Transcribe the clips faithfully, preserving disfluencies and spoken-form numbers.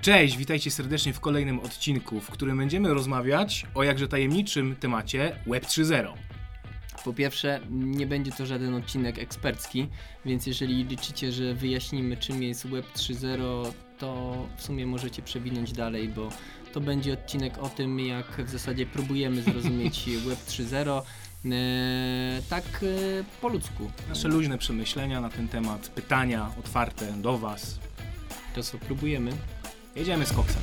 Cześć, witajcie serdecznie w kolejnym odcinku, w którym będziemy rozmawiać o jakże tajemniczym temacie Web trzy zero. Po pierwsze, nie będzie to żaden odcinek ekspercki, więc jeżeli liczycie, że wyjaśnimy, czym jest Web trzy zero, to w sumie możecie przewinąć dalej, bo to będzie odcinek o tym, jak w zasadzie próbujemy zrozumieć Web trzy zero, e, tak e, po ludzku. Nasze luźne przemyślenia na ten temat, pytania otwarte do Was. To co, próbujemy? Jedziemy z koksem.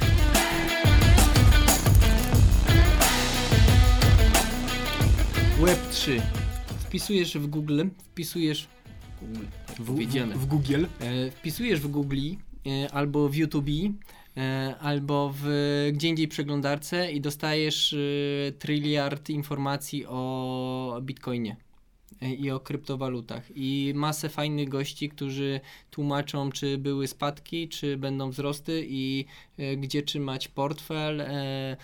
Web trzy. Wpisujesz w Google, wpisujesz Google, W, powiedziane. w, w Google. E, wpisujesz w Google e, albo w YouTube, e, albo w gdzie indziej przeglądarce i dostajesz e, tryliard informacji o Bitcoinie e, i o kryptowalutach i masę fajnych gości, którzy tłumaczą, czy były spadki, czy będą wzrosty i e, gdzie trzymać portfel. E,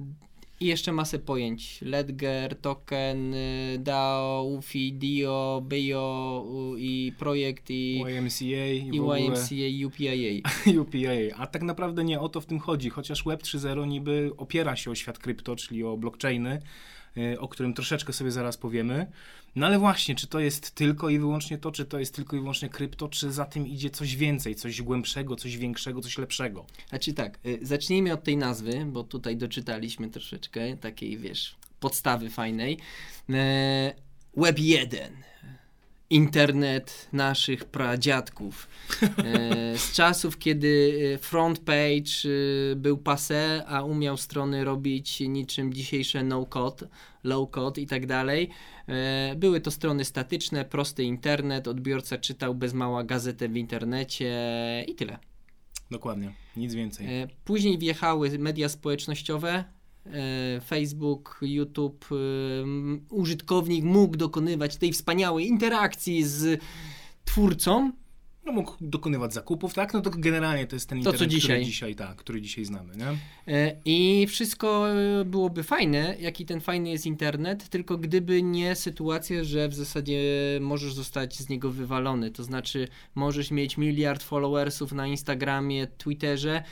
I jeszcze masę pojęć. Ledger, token, D A O, U F I, D I O, B I O i projekt i Y M C A i, i w ogóle Y M C A, U P I A. U P I A. A tak naprawdę nie o to w tym chodzi, chociaż Web trzy zero niby opiera się o świat krypto, czyli o blockchainy, o którym troszeczkę sobie zaraz powiemy. No ale właśnie, czy to jest tylko i wyłącznie to, czy to jest tylko i wyłącznie krypto, czy za tym idzie coś więcej, coś głębszego, coś większego, coś lepszego? Znaczy tak, y, zacznijmy od tej nazwy, bo tutaj doczytaliśmy troszeczkę takiej, wiesz, podstawy fajnej. E, Web jeden. Internet naszych pradziadków. E, z czasów, kiedy front page y, był passé, a umiał strony robić niczym dzisiejsze no-code, low-code i tak dalej. E, były to strony statyczne, prosty internet, odbiorca czytał bez mała gazetę w internecie i tyle. Dokładnie, nic więcej. E, później wjechały media społecznościowe, e, Facebook, YouTube. E, użytkownik mógł dokonywać tej wspaniałej interakcji z twórcą. No mógł dokonywać zakupów, tak? No to generalnie to jest ten To, internet, co dzisiaj. który dzisiaj, tak, który dzisiaj znamy, nie? E, I wszystko byłoby fajne, jaki ten fajny jest internet, tylko gdyby nie sytuacja, że w zasadzie możesz zostać z niego wywalony. To znaczy możesz mieć miliard followersów na Instagramie, Twitterze,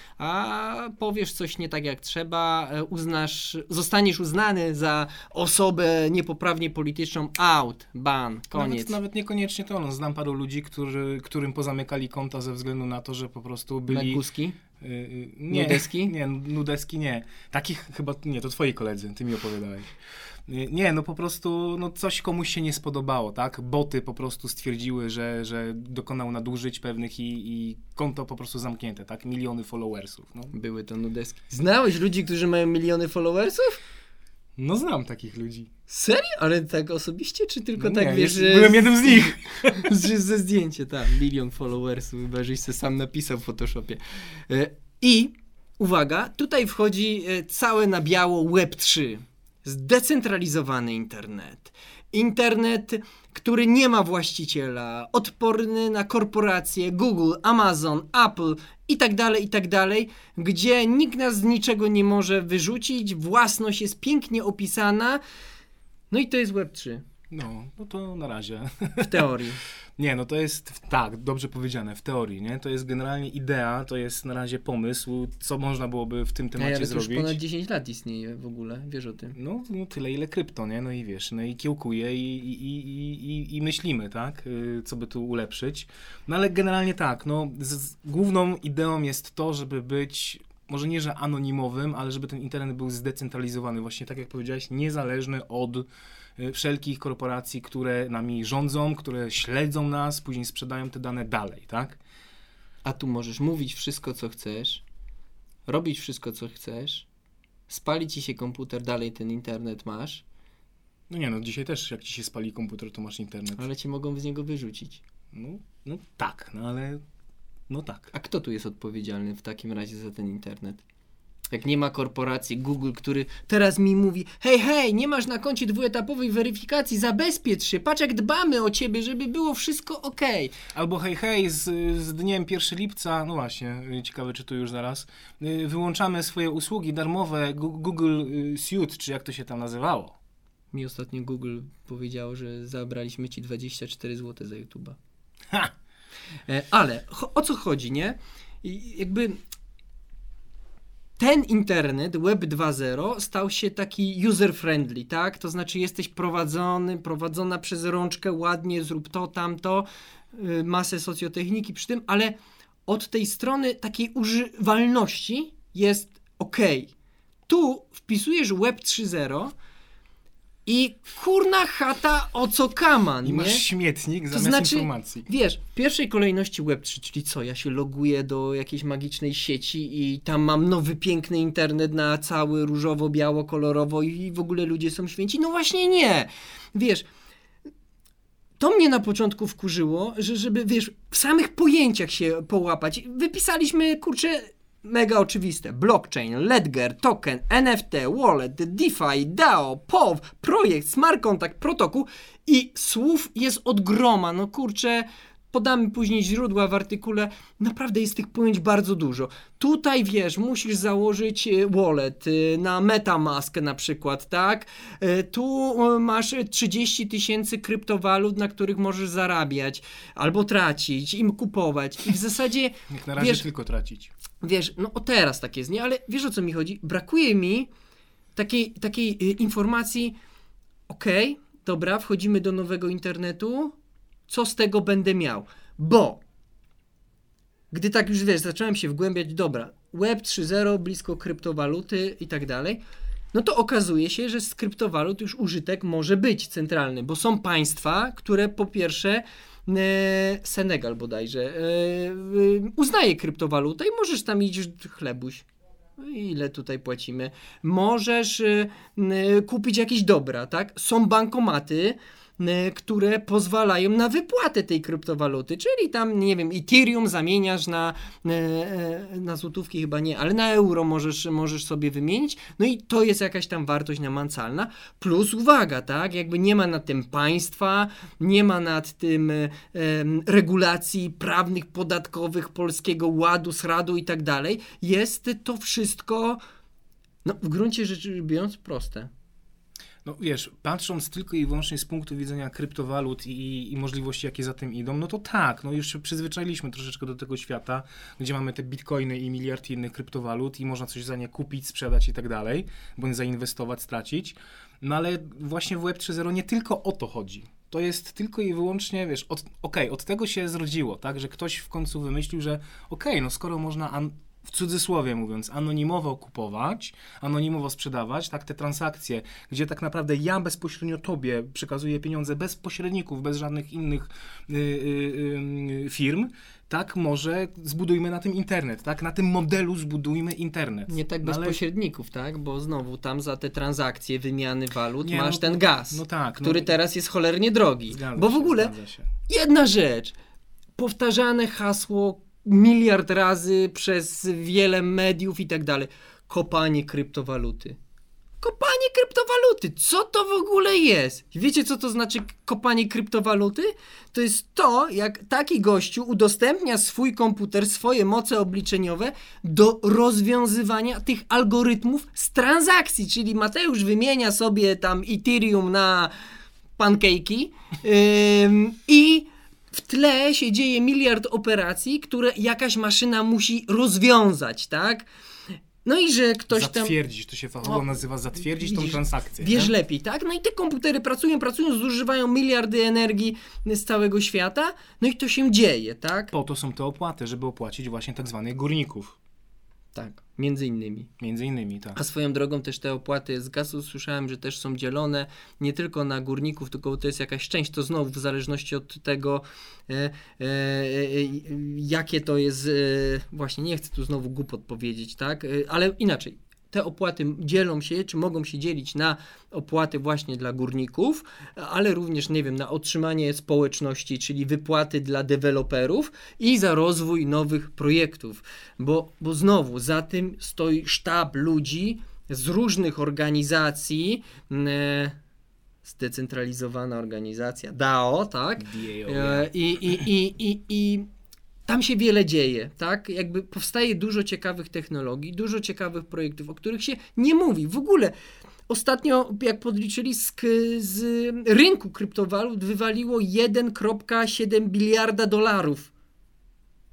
a powiesz coś nie tak jak trzeba, e, uznasz, zostaniesz uznany za osobę niepoprawnie polityczną, out, ban, koniec. Nawet, nawet niekoniecznie to. No, znam paru ludzi, którzy, którym pozamykali konta ze względu na to, że po prostu byli... Megguski? Yy, nie, Nudeski? Nie, nudeski nie. Takich chyba, nie, to twoi koledzy, ty mi opowiadałeś. Yy, nie, no po prostu no coś komuś się nie spodobało, tak? Boty po prostu stwierdziły, że, że dokonał nadużyć pewnych i, i konto po prostu zamknięte, tak? Miliony followersów. No. Były to nudeski. Znałeś ludzi, którzy mają miliony followersów? no znam takich ludzi. Serio? Ale tak osobiście, czy tylko No tak nie, wiesz, jest, że... byłem jednym z nich. Że ze zdjęcie, tak. Milion followersów, chyba żeś se sam napisał w Photoshopie. E, I, uwaga, tutaj wchodzi e, całe na biało Web trzy. Zdecentralizowany internet. Internet, który nie ma właściciela, odporny na korporacje, Google, Amazon, Apple i tak dalej, i tak dalej, gdzie nikt nas z niczego nie może wyrzucić, własność jest pięknie opisana, no i to jest Web trzy. No, no to na razie. W teorii. Nie, no to jest, tak, dobrze powiedziane, w teorii, nie? To jest generalnie idea, to jest na razie pomysł, co można byłoby w tym temacie Ale to zrobić. już ponad dziesięć lat istnieje w ogóle, wiesz o tym. No, no tyle, ile krypto, nie? No i wiesz, no i kiełkuje i, i, i, i, i myślimy, tak? Yy, co by tu ulepszyć. No ale generalnie tak, no z, z, główną ideą jest to, żeby być, może nie, że anonimowym, ale żeby ten internet był zdecentralizowany, właśnie tak jak powiedziałeś, niezależny od wszelkich korporacji, które nami rządzą, które śledzą nas, później sprzedają te dane dalej, tak? A tu możesz mówić wszystko, co chcesz, robić wszystko, co chcesz, spali ci się komputer, dalej ten internet masz, No nie, no dzisiaj też jak ci się spali komputer, to masz internet. ale cię mogą z niego wyrzucić. No, no tak, no ale no tak. A kto tu jest odpowiedzialny w takim razie za ten internet? Jak nie ma korporacji Google, który teraz mi mówi, hej, hej, nie masz na koncie dwuetapowej weryfikacji, zabezpiecz się, patrz jak dbamy o ciebie, żeby było wszystko okej. Albo hej, hej, z, z dniem pierwszego lipca, no właśnie, ciekawe czy tu już zaraz, wyłączamy swoje usługi darmowe Google Suite, czy jak to się tam nazywało. Mi ostatnio Google powiedziało, że zabraliśmy ci dwadzieścia cztery złote za YouTube'a. Ha! E, ale cho- o co chodzi, nie? I jakby ten internet, Web dwa zero, stał się taki user-friendly, tak? To znaczy jesteś prowadzony, prowadzona przez rączkę, ładnie, zrób to, tamto, yy, masę socjotechniki przy tym, ale od tej strony takiej używalności jest ok. Tu wpisujesz Web trzy zero i kurna chata o co kaman, I masz nie? śmietnik To zamiast znaczy, informacji. Wiesz, w pierwszej kolejności Web trzy, czyli co, ja się loguję do jakiejś magicznej sieci i tam mam nowy, piękny internet na cały różowo, biało, kolorowo i w ogóle ludzie są święci? No właśnie nie. Wiesz, to mnie na początku wkurzyło, że żeby, wiesz, w samych pojęciach się połapać. Wypisaliśmy, kurczę, mega oczywiste. Blockchain, ledger, token, N F T, wallet, DeFi, DAO, P O W, projekt, smart contract, protokół i słów jest od groma. No kurczę, podamy później źródła w artykule. Naprawdę jest tych pojęć bardzo dużo. Tutaj, wiesz, musisz założyć wallet na MetaMask na przykład, tak? Tu masz trzydzieści tysięcy kryptowalut, na których możesz zarabiać albo tracić, im kupować. I w zasadzie, Jak na razie wiesz, tylko tracić. Wiesz, no o teraz tak jest, nie? Ale wiesz, o co mi chodzi? Brakuje mi takiej, takiej y, informacji, okej, okay, dobra, wchodzimy do nowego internetu, co z tego będę miał? Bo gdy tak już, wiesz, zacząłem się wgłębiać, dobra, Web trzy zero, blisko kryptowaluty i tak dalej, no to okazuje się, że z kryptowalut już użytek może być centralny, bo są państwa, które po pierwsze Senegal bodajże uznaje kryptowalutę i możesz tam iść chlebuś. Ile tutaj płacimy? Możesz kupić jakieś dobra, tak? Są bankomaty, które pozwalają na wypłatę tej kryptowaluty, czyli tam, nie wiem, Ethereum zamieniasz na, na złotówki, chyba nie, ale na euro możesz, możesz sobie wymienić, no i to jest jakaś tam wartość namacalna, plus uwaga, tak, jakby nie ma nad tym państwa, nie ma nad tym e, regulacji prawnych, podatkowych, polskiego ładu, sradu i tak dalej, jest to wszystko, no w gruncie rzeczy biorąc, proste. No wiesz, patrząc tylko i wyłącznie z punktu widzenia kryptowalut i, i możliwości, jakie za tym idą, no to tak, no już się przyzwyczailiśmy troszeczkę do tego świata, gdzie mamy te bitcoiny i miliard innych kryptowalut i można coś za nie kupić, sprzedać i tak dalej, bądź zainwestować, stracić. No ale właśnie w Web trzy zero nie tylko o to chodzi. To jest tylko i wyłącznie, wiesz, od, okej, okay, od tego się zrodziło, tak, że ktoś w końcu wymyślił, że okej, okay, no skoro można an- w cudzysłowie mówiąc, anonimowo kupować, anonimowo sprzedawać, tak, te transakcje, gdzie tak naprawdę ja bezpośrednio tobie przekazuję pieniądze bez pośredników, bez żadnych innych y, y, y, firm, tak, może zbudujmy na tym internet, tak, na tym modelu zbudujmy internet. Nie tak bez ale... pośredników, tak, bo znowu tam za te transakcje, wymiany walut Nie, masz no, ten gaz, no tak, który no... teraz jest cholernie drogi, Zgadza bo w się, ogóle się. jedna rzecz, powtarzane hasło miliard razy przez wiele mediów i tak dalej. Kopanie kryptowaluty. Kopanie kryptowaluty. Co to w ogóle jest? Wiecie, co to znaczy kopanie kryptowaluty? To jest to, jak taki gościu udostępnia swój komputer, swoje moce obliczeniowe do rozwiązywania tych algorytmów z transakcji. Czyli Mateusz wymienia sobie tam Ethereum na pancake'i yy, i w tle się dzieje miliard operacji, które jakaś maszyna musi rozwiązać, tak? No i że ktoś tam... Zatwierdzić, to się fachowo no, nazywa zatwierdzić widzisz, tą transakcję. Wiesz nie? lepiej, tak? No i te komputery pracują, pracują, zużywają miliardy energii z całego świata, no i to się dzieje, tak? Po to są te opłaty, żeby opłacić właśnie tak zwanych górników. Tak, między innymi. Między innymi, tak. A swoją drogą też te opłaty z gazu słyszałem, że też są dzielone nie tylko na górników, tylko to jest jakaś część, to znowu w zależności od tego, e, e, e, jakie to jest, e, właśnie nie chcę tu znowu głupot powiedzieć, tak, e, ale inaczej. Te opłaty dzielą się, czy mogą się dzielić na opłaty właśnie dla górników, ale również, nie wiem, na utrzymanie społeczności, czyli wypłaty dla deweloperów i za rozwój nowych projektów. Bo, bo znowu za tym stoi sztab ludzi z różnych organizacji, e, zdecentralizowana organizacja, DAO, tak? E, i, i, i, i, i tam się wiele dzieje, tak? Jakby powstaje dużo ciekawych technologii, dużo ciekawych projektów, o których się nie mówi. W ogóle ostatnio, jak podliczyli, z, z rynku kryptowalut wywaliło jeden przecinek siedem biliarda dolarów.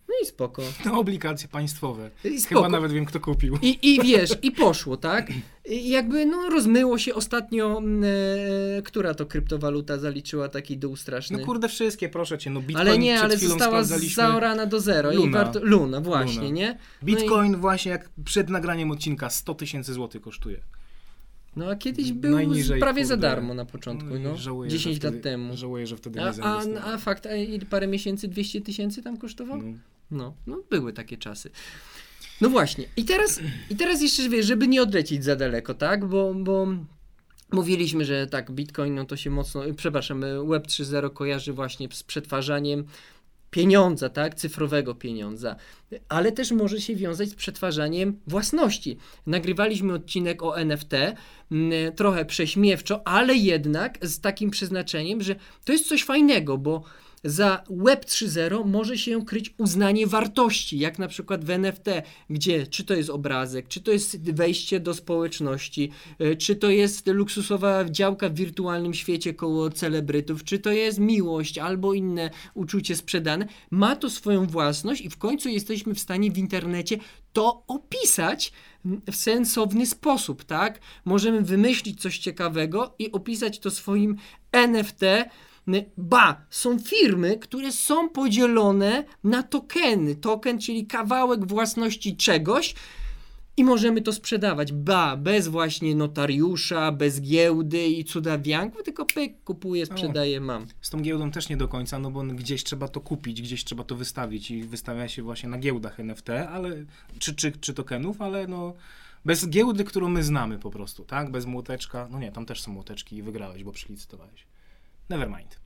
No i spoko. No, obligacje państwowe. I spoko. Chyba nawet wiem, kto kupił. I, i wiesz, i poszło, tak? I jakby, no, rozmyło się ostatnio, e, która to kryptowaluta zaliczyła taki dół straszny. No kurde, wszystkie, proszę cię, no Bitcoin ale nie, przed ale chwilą została sprawdzaliśmy. zaorana do zero. Luna. I warto, Luna, właśnie, Luna. nie? Bitcoin no właśnie jak przed nagraniem odcinka sto tysięcy złotych kosztuje. No a kiedyś był Najniżej, prawie kurde. za darmo na początku, no. Żałuję, dziesięć że wtedy, lat temu. Żałuję, że wtedy A, nie a, zainwestowałem. a fakt, a ile parę miesięcy dwieście tysięcy tam kosztował? No. No, no były takie czasy. No właśnie. I teraz, i teraz jeszcze, wiesz, żeby nie odlecieć za daleko, tak? Bo, bo mówiliśmy, że tak, Bitcoin, no to się mocno, przepraszam, Web trzy zero kojarzy właśnie z przetwarzaniem pieniądza, tak? Cyfrowego pieniądza. Ale też może się wiązać z przetwarzaniem własności. Nagrywaliśmy odcinek o N F T, m, trochę prześmiewczo, ale jednak z takim przeznaczeniem, że to jest coś fajnego, bo za Web trzy zero może się kryć uznanie wartości, jak na przykład w N F T, gdzie czy to jest obrazek, czy to jest wejście do społeczności, y, czy to jest luksusowa działka w wirtualnym świecie koło celebrytów, czy to jest miłość albo inne uczucie sprzedane. Ma to swoją własność i w końcu jesteśmy w stanie w internecie to opisać w sensowny sposób, tak? Możemy wymyślić coś ciekawego i opisać to swoim N F T. Ba, są firmy, które są podzielone na tokeny. Token, czyli kawałek własności czegoś i możemy to sprzedawać. Ba, bez właśnie notariusza, bez giełdy i cudawianków, tylko pyk, kupuję, sprzedaję, mam. Z tą giełdą też nie do końca, no bo gdzieś trzeba to kupić, gdzieś trzeba to wystawić i wystawia się właśnie na giełdach N F T, ale czy, czy, czy tokenów, ale no bez giełdy, którą my znamy po prostu, tak? Bez młoteczka, no nie, tam też są młoteczki i wygrałeś, bo przylicytowałeś. Never mind.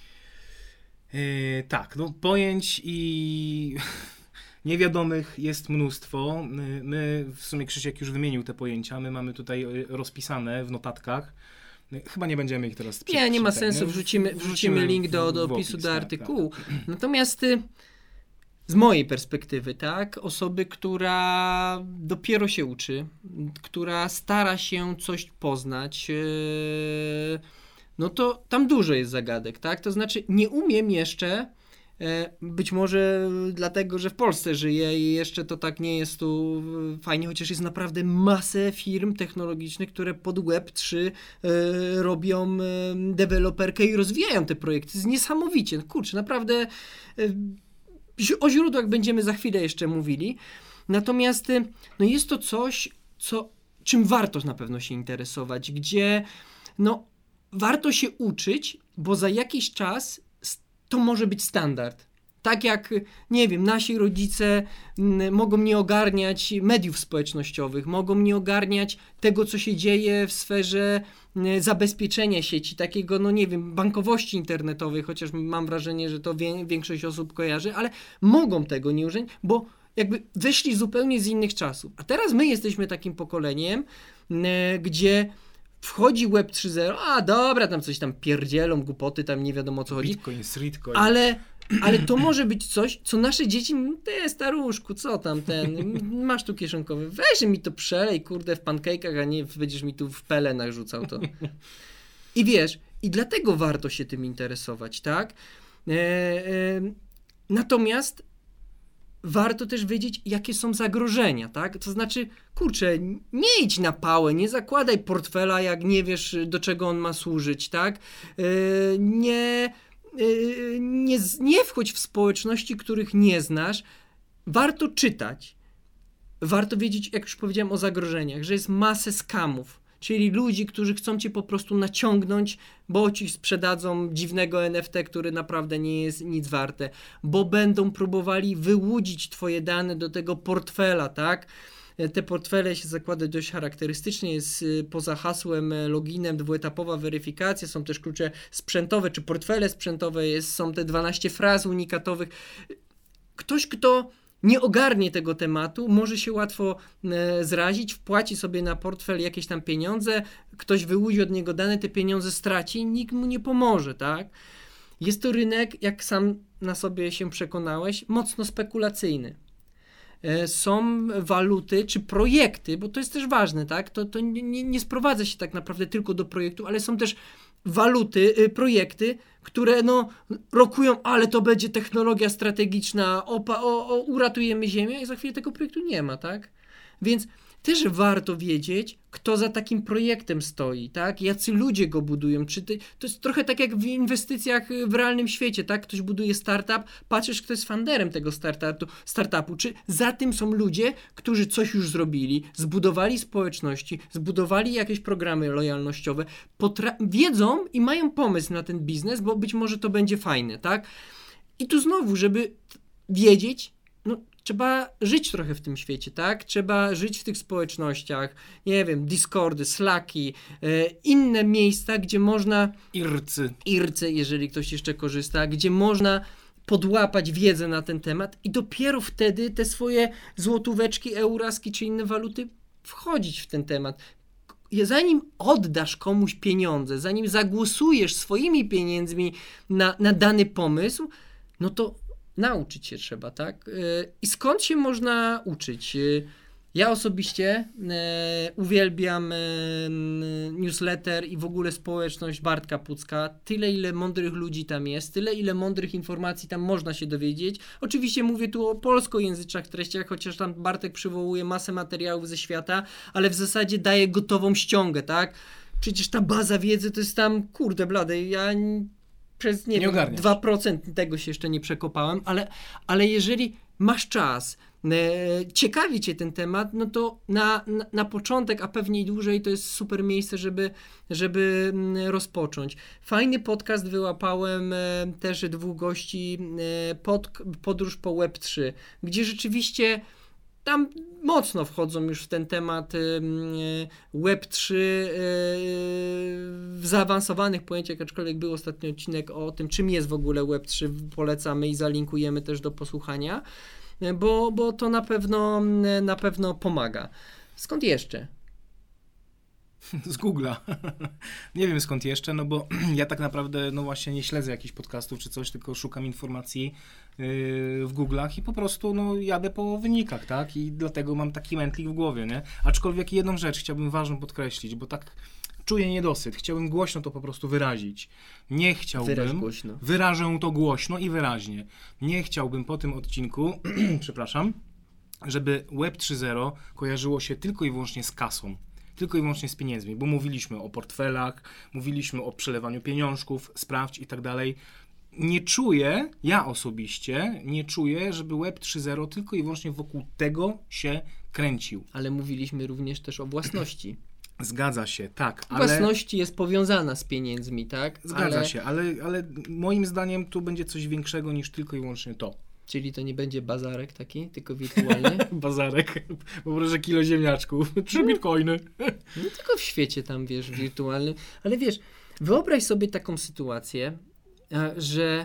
Yy, tak, no pojęć i niewiadomych jest mnóstwo. My, my, w sumie Krzysiek już wymienił te pojęcia, my mamy tutaj rozpisane w notatkach. Chyba nie będziemy ich teraz Nie, nie, nie ma czytać, sensu, nie? wrzucimy, wrzucimy, wrzucimy link do, do opisu, opis, do artykułu. Tak, tak. Natomiast y, z mojej perspektywy, tak, osoby, która dopiero się uczy, która stara się coś poznać, yy, no to tam dużo jest zagadek, tak? To znaczy nie umiem jeszcze, e, być może dlatego, że w Polsce żyję i jeszcze to tak nie jest tu fajnie, chociaż jest naprawdę masę firm technologicznych, które pod Web trzy e, robią e, deweloperkę i rozwijają te projekty. To jest niesamowicie. Kurczę, naprawdę e, o źródłach będziemy za chwilę jeszcze mówili. Natomiast e, no jest to coś, co, czym warto na pewno się interesować, gdzie no warto się uczyć, bo za jakiś czas to może być standard. Tak jak, nie wiem, nasi rodzice m, mogą nie ogarniać mediów społecznościowych, mogą nie ogarniać tego, co się dzieje w sferze m, zabezpieczenia sieci, takiego, no nie wiem, bankowości internetowej, chociaż mam wrażenie, że to wie, większość osób kojarzy, ale mogą tego nie użyć, bo jakby wyszli zupełnie z innych czasów. A teraz my jesteśmy takim pokoleniem, m, gdzie wchodzi Web trzy zero, a dobra, tam coś tam pierdzielą, głupoty, tam nie wiadomo o co chodzi. Bitcoin, streetcoin. Ale, ale to może być coś, co nasze dzieci, ty staruszku, co tam ten, masz tu kieszonkowy, weź mi to przelej, kurde, w pancake'ach, a nie będziesz mi tu w pele narzucał to. I wiesz, i dlatego warto się tym interesować, tak? E, e, natomiast warto też wiedzieć, jakie są zagrożenia, tak? To znaczy, kurczę, nie idź na pałę, nie zakładaj portfela, jak nie wiesz, do czego on ma służyć, tak? Yy, nie, yy, nie, nie wchodź w społeczności, których nie znasz. Warto czytać. Warto wiedzieć, jak już powiedziałem o zagrożeniach, że jest masę skamów, czyli ludzi, którzy chcą cię po prostu naciągnąć, bo ci sprzedadzą dziwnego N F T, który naprawdę nie jest nic warte, bo będą próbowali wyłudzić twoje dane do tego portfela, tak? Te portfele się zakłada dość charakterystycznie, jest poza hasłem, loginem, dwuetapowa weryfikacja, są też klucze sprzętowe, czy portfele sprzętowe, jest, są te dwanaście fraz unikatowych. Ktoś, kto nie ogarnie tego tematu, może się łatwo e, zrazić, wpłaci sobie na portfel jakieś tam pieniądze, ktoś wyłudzi od niego dane, te pieniądze straci i nikt mu nie pomoże, tak? Jest to rynek, jak sam na sobie się przekonałeś, mocno spekulacyjny. E, są waluty czy projekty, bo to jest też ważne, tak? To, to nie, nie sprowadza się tak naprawdę tylko do projektu, ale są też waluty, y, projekty, które no rokują, ale to będzie technologia strategiczna, opa, o, o, uratujemy Ziemię i za chwilę tego projektu nie ma, tak? Więc też warto wiedzieć, kto za takim projektem stoi, tak? Jacy ludzie go budują. Czy ty, to jest trochę tak jak w inwestycjach w realnym świecie, tak? Ktoś buduje startup, patrzysz, kto jest funderem tego startupu, startupu. Czy za tym są ludzie, którzy coś już zrobili, zbudowali społeczności, zbudowali jakieś programy lojalnościowe, potra- wiedzą i mają pomysł na ten biznes, bo być może to będzie fajne, tak? I tu znowu, żeby wiedzieć, no trzeba żyć trochę w tym świecie, tak? Trzeba żyć w tych społecznościach, nie wiem, Discordy, Slacki, e, inne miejsca, gdzie można... Ircy. Ircy, jeżeli ktoś jeszcze korzysta, gdzie można podłapać wiedzę na ten temat i dopiero wtedy te swoje złotóweczki, euraski czy inne waluty wchodzić w ten temat. Zanim oddasz komuś pieniądze, zanim zagłosujesz swoimi pieniędzmi na, na dany pomysł, no to nauczyć się trzeba, tak? I skąd się można uczyć? Ja osobiście e, uwielbiam e, newsletter i w ogóle społeczność Bartka Pucka. Tyle, ile mądrych ludzi tam jest, tyle, ile mądrych informacji tam można się dowiedzieć. Oczywiście mówię tu o polskojęzycznych treściach, chociaż tam Bartek przywołuje masę materiałów ze świata, ale w zasadzie daje gotową ściągę, tak? Przecież ta baza wiedzy to jest tam, kurde blade, ja... Przez nie, nie wiem, dwa procent tego się jeszcze nie przekopałem, ale, ale jeżeli masz czas, e, ciekawi cię ten temat, no to na, na, na początek, a pewnie i dłużej, to jest super miejsce, żeby, żeby rozpocząć. Fajny podcast wyłapałem e, też dwóch gości, e, pod, Podróż po Web trzy, gdzie rzeczywiście tam mocno wchodzą już w ten temat Web trzy w zaawansowanych pojęciach, aczkolwiek był ostatni odcinek o tym, czym jest w ogóle Web trzy, polecamy i zalinkujemy też do posłuchania, bo, bo to na pewno, na pewno pomaga. Skąd jeszcze? Z Google'a. Nie wiem skąd jeszcze, no bo ja tak naprawdę no właśnie nie śledzę jakichś podcastów czy coś, tylko szukam informacji yy, w Google'ach i po prostu no jadę po wynikach, tak? I dlatego mam taki mętlik w głowie, nie? Aczkolwiek jedną rzecz chciałbym ważną podkreślić, bo tak czuję niedosyt. Chciałbym głośno to po prostu wyrazić. Nie chciałbym... Wyraź głośno. Wyrażę to głośno i wyraźnie. Nie chciałbym po tym odcinku, przepraszam, żeby Web trzy zero kojarzyło się tylko i wyłącznie z kasą. Tylko i wyłącznie z pieniędzmi, bo mówiliśmy o portfelach, mówiliśmy o przelewaniu pieniążków, sprawdź i tak dalej. Nie czuję, ja osobiście, nie czuję, żeby Web trzy zero tylko i wyłącznie wokół tego się kręcił. Ale mówiliśmy również też o własności. Zgadza się, tak. Ale... Własności jest powiązana z pieniędzmi, tak? Zgadza ale... się, ale, ale moim zdaniem tu będzie coś większego niż tylko i wyłącznie to. Czyli to nie będzie bazarek taki, tylko wirtualny? Bazarek, poproszę kilo ziemniaczków, trzy bitcoiny. No tylko w świecie tam, wiesz, wirtualnym. Ale wiesz, wyobraź sobie taką sytuację, że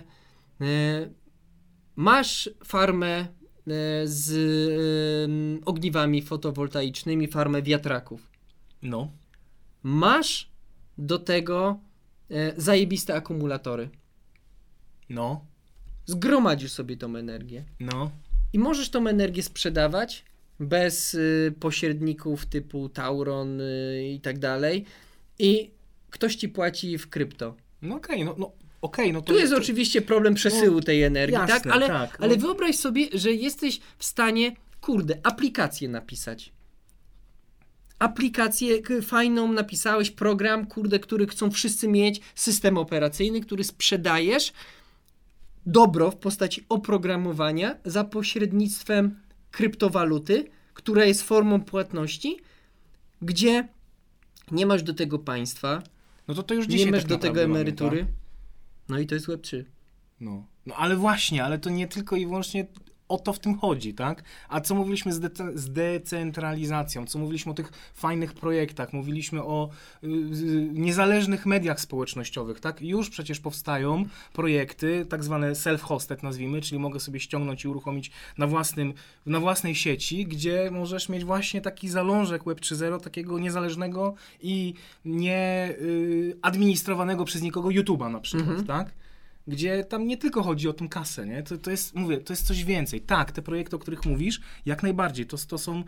masz farmę z ogniwami fotowoltaicznymi, farmę wiatraków. No. Masz do tego zajebiste akumulatory. No. Zgromadzisz sobie tą energię. No. I możesz tą energię sprzedawać bez y, pośredników typu Tauron y, i tak dalej. I ktoś ci płaci w krypto. No okej, okay, no, no okej. Okay, no to tu jest to... oczywiście problem przesyłu no, tej energii, jasne, tak? Ale, tak, ale no. wyobraź sobie, że jesteś w stanie, kurde, aplikację napisać. Aplikację fajną napisałeś, program, kurde, który chcą wszyscy mieć, system operacyjny, który sprzedajesz dobro w postaci oprogramowania za pośrednictwem kryptowaluty, która jest formą płatności, gdzie nie masz do tego państwa, no to to już dzisiaj nie masz tak do tego emerytury, mamy, tak? No i to jest Web trzy. No. no ale właśnie, ale to nie tylko i wyłącznie o to w tym chodzi, tak? A co mówiliśmy z, de- z decentralizacją, co mówiliśmy o tych fajnych projektach, mówiliśmy o y, y, niezależnych mediach społecznościowych, tak? Już przecież powstają projekty, tak zwane self-hosted nazwijmy, czyli mogę sobie ściągnąć i uruchomić na własnym, na własnej sieci, gdzie możesz mieć właśnie taki zalążek Web trzy zero, takiego niezależnego i nie y, administrowanego przez nikogo YouTube'a na przykład, mhm. tak? Gdzie tam nie tylko chodzi o tą kasę, nie? To, to jest, mówię, to jest coś więcej. Tak, te projekty, o których mówisz, jak najbardziej, to, to są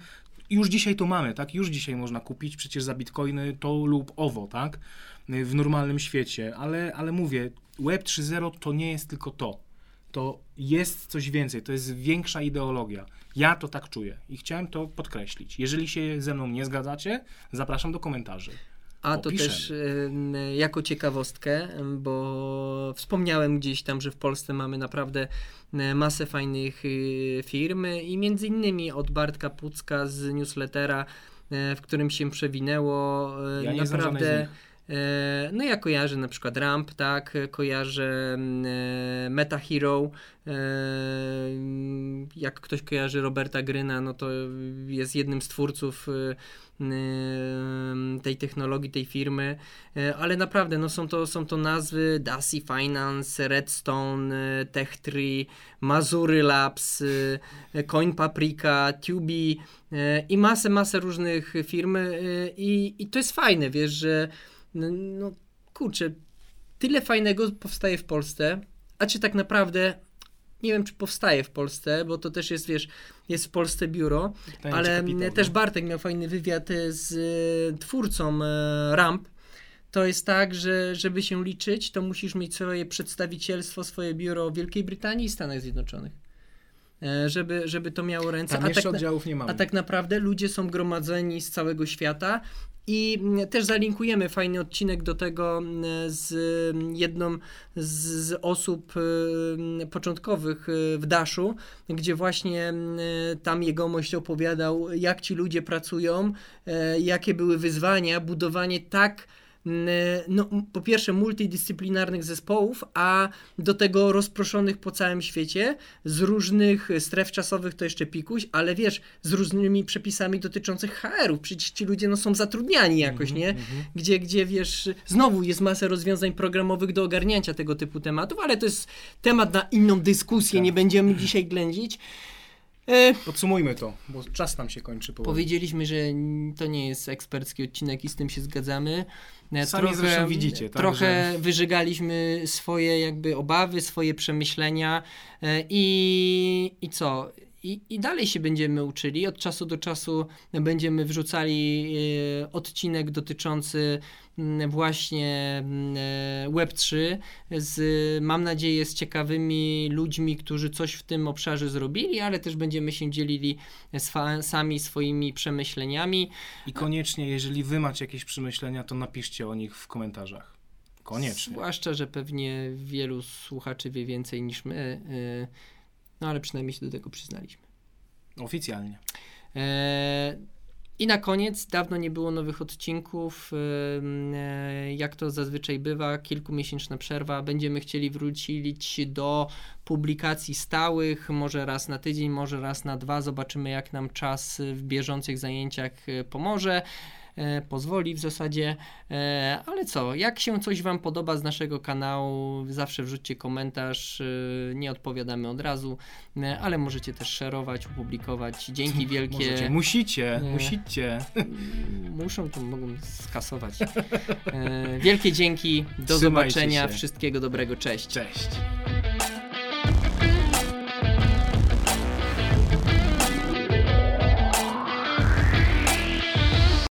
już dzisiaj to mamy, tak? Już dzisiaj można kupić przecież za bitcoiny to lub owo, tak? W normalnym świecie, ale, ale mówię, Web trzy zero to nie jest tylko to. To jest coś więcej, to jest większa ideologia. Ja to tak czuję i chciałem to podkreślić. Jeżeli się ze mną nie zgadzacie, zapraszam do komentarzy. A to Opiszemy. też y, jako ciekawostkę, bo wspomniałem gdzieś tam, że w Polsce mamy naprawdę masę fajnych y, firm i między innymi od Bartka Pucka z newslettera, y, w którym się przewinęło y, Ja nie naprawdę... No ja kojarzę na przykład Ramp, tak, kojarzę e, Meta Hero, e, jak ktoś kojarzy Roberta Gryna, no to jest jednym z twórców e, tej technologii, tej firmy, e, ale naprawdę no są to, są to nazwy Daisy Finance, Redstone, e, Tech3, Mazury Labs, e, Coin Paprika, Tubi e, i masę, masę różnych firm e, i, i to jest fajne, wiesz, że No, no kurczę, tyle fajnego powstaje w Polsce, a czy tak naprawdę, nie wiem czy powstaje w Polsce, bo to też jest, wiesz, jest w Polsce biuro, Pytanie ale kapitał, też no. Bartek miał fajny wywiad z y, twórcą y, Ramp. To jest tak, że żeby się liczyć, to musisz mieć swoje przedstawicielstwo, swoje biuro w Wielkiej Brytanii i Stanach Zjednoczonych. E, żeby, żeby to miało ręce. Tam a jeszcze tak, oddziałów nie mamy. A tak naprawdę ludzie są gromadzeni z całego świata. I też zalinkujemy fajny odcinek do tego z jedną z osób początkowych w Dashu, gdzie właśnie tam jegomość opowiadał, jak ci ludzie pracują, jakie były wyzwania, budowanie tak no, po pierwsze multidyscyplinarnych zespołów, a do tego rozproszonych po całym świecie, z różnych stref czasowych to jeszcze pikuś, ale wiesz, z różnymi przepisami dotyczących H R-ów, przecież ci ludzie no, są zatrudniani jakoś, Mm-hmm, nie? mm-hmm. Gdzie, gdzie wiesz, znowu jest masa rozwiązań programowych do ogarnięcia tego typu tematów, ale to jest temat na inną dyskusję, Tak. nie będziemy dzisiaj ględzić. Podsumujmy to, bo czas nam się kończy powoli. Powiedzieliśmy, że to nie jest ekspercki odcinek i z tym się zgadzamy. Sami zresztą widzicie, tak, trochę że... wyżygaliśmy swoje jakby obawy, swoje przemyślenia i, i co? I, I dalej się będziemy uczyli. Od czasu do czasu będziemy wrzucali e, odcinek dotyczący m, właśnie e, Web trzy z, mam nadzieję, z ciekawymi ludźmi, którzy coś w tym obszarze zrobili, ale też będziemy się dzielili swa, sami swoimi przemyśleniami. I koniecznie, jeżeli wy macie jakieś przemyślenia, to napiszcie o nich w komentarzach. Koniecznie. Zwłaszcza, że pewnie wielu słuchaczy wie więcej niż my. E, No ale przynajmniej się do tego przyznaliśmy. Oficjalnie. E, I na koniec, dawno nie było nowych odcinków. E, jak to zazwyczaj bywa, kilkumiesięczna przerwa. Będziemy chcieli wrócić do publikacji stałych, może raz na tydzień, może raz na dwa. Zobaczymy, jak nam czas w bieżących zajęciach pomoże. E, pozwoli w zasadzie, e, ale co, jak się coś wam podoba z naszego kanału, zawsze wrzućcie komentarz, e, nie odpowiadamy od razu, e, ale możecie też szerować, opublikować, dzięki wielkie. Możecie. Musicie, Nie. musicie. Muszą, to mogą skasować. E, wielkie dzięki, do Trzymajcie zobaczenia, się. wszystkiego dobrego, cześć. Cześć.